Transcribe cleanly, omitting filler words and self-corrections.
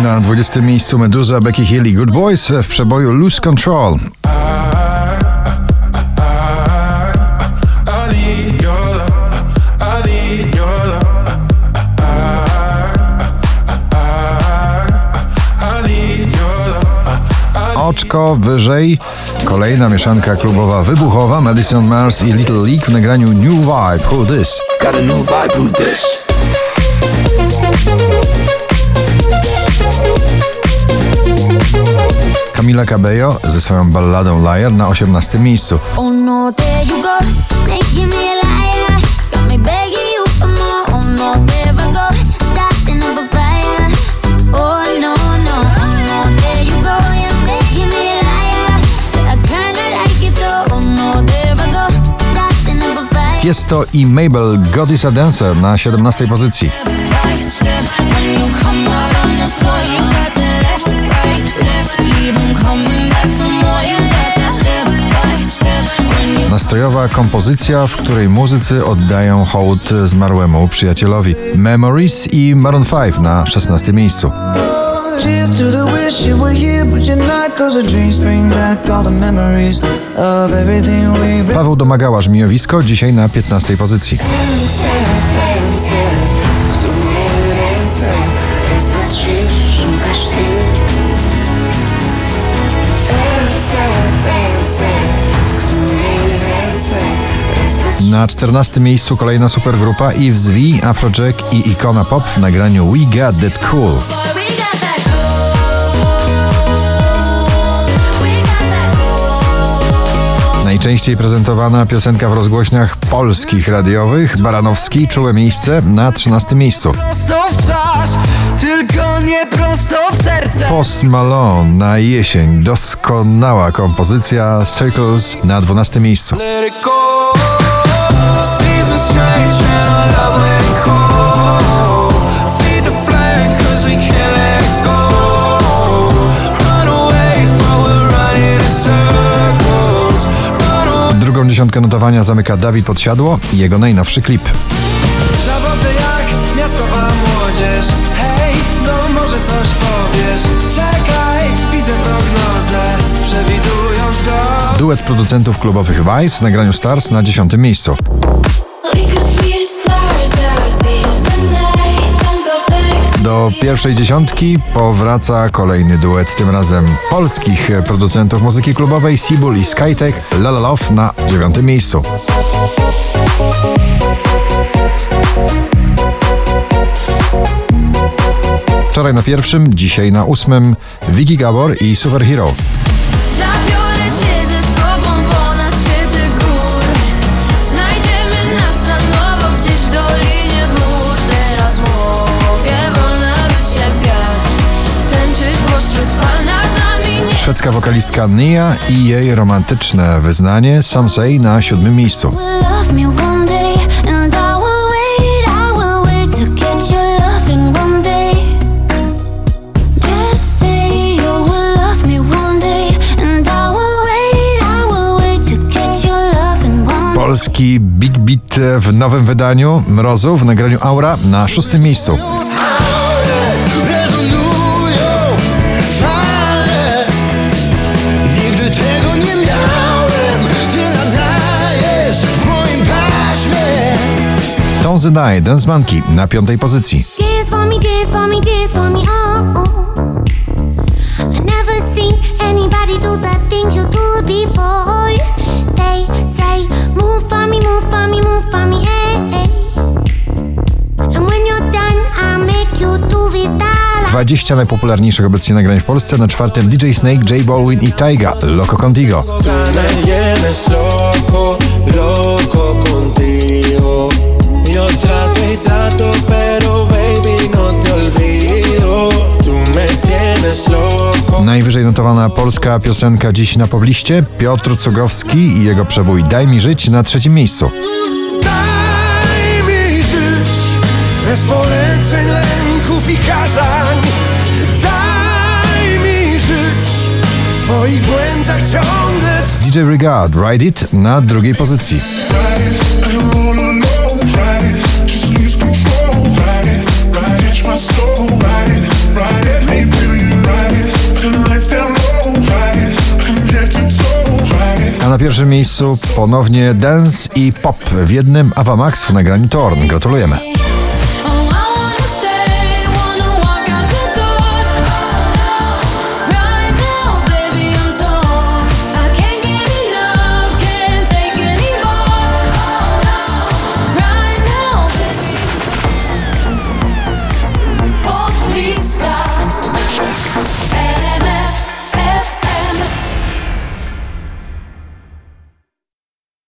Na 20. miejscu Meduza, Becky Hill i Good Boys w przeboju Lose Control. Oczko wyżej, kolejna mieszanka klubowa wybuchowa, Madison Mars i Little League w nagraniu New Vibe, Who This? Camila Cabello ze swoją balladą Liar na 18. miejscu. Tiesto i Mabel, God is a Dancer na 17. pozycji. Nastrojowa kompozycja, w której muzycy oddają hołd zmarłemu przyjacielowi. Memories i Maroon 5 na 16. miejscu. Paweł Domagała, Żmijowisko, dzisiaj na 15. pozycji. Na 14. miejscu kolejna supergrupa Yves V, Afrojack i Icona Pop w nagraniu We Got That Cool. Najczęściej prezentowana piosenka w rozgłośniach polskich radiowych, Baranowski, Czułe miejsce na 13. miejscu. Prosto w twarz, tylko nie prosto w serce. Post Malone na jesień, doskonała kompozycja, Circles na 12. miejscu. Drugą dziesiątkę notowania zamyka Dawid Podsiadło i jego najnowszy klip. Zawodzę jak miastowa młodzież. Hej, no może coś powiesz. Czekaj, widzę prognozę, przewidując go. Duet producentów klubowych Vice w nagraniu Stars na 10. miejscu. Do pierwszej dziesiątki powraca kolejny duet, tym razem polskich producentów muzyki klubowej Sibul i Skytech, La La Love na 9. miejscu. Wczoraj na 1., dzisiaj na 8. Vicky Gabor i Superhero. Szwedzka wokalistka Nia i jej romantyczne wyznanie Some Say na 7. miejscu. Polski Big Beat w nowym wydaniu Mrozu w nagraniu Aura na 6. miejscu. Tones and I, Dance Monkey na 5. pozycji. Dwadzieścia najpopularniejszych obecnie nagrań w Polsce. Na 4. DJ Snake, J Balwin i Tyga, Loco Contigo. Najwyżej notowana polska piosenka dziś na pobliście, Piotr Cugowski i jego przebój Daj mi żyć na 3. miejscu. Daj mi żyć, bez poleceń, lęków i kazań. Daj mi żyć, w swoich błędach ciągle. DJ Regard, Ride It na 2. pozycji. Just lose control, ride it, my soul, ride it, na pierwszym miejscu ponownie dance i pop w jednym, Ava Max w nagraniu Torn. Gratulujemy.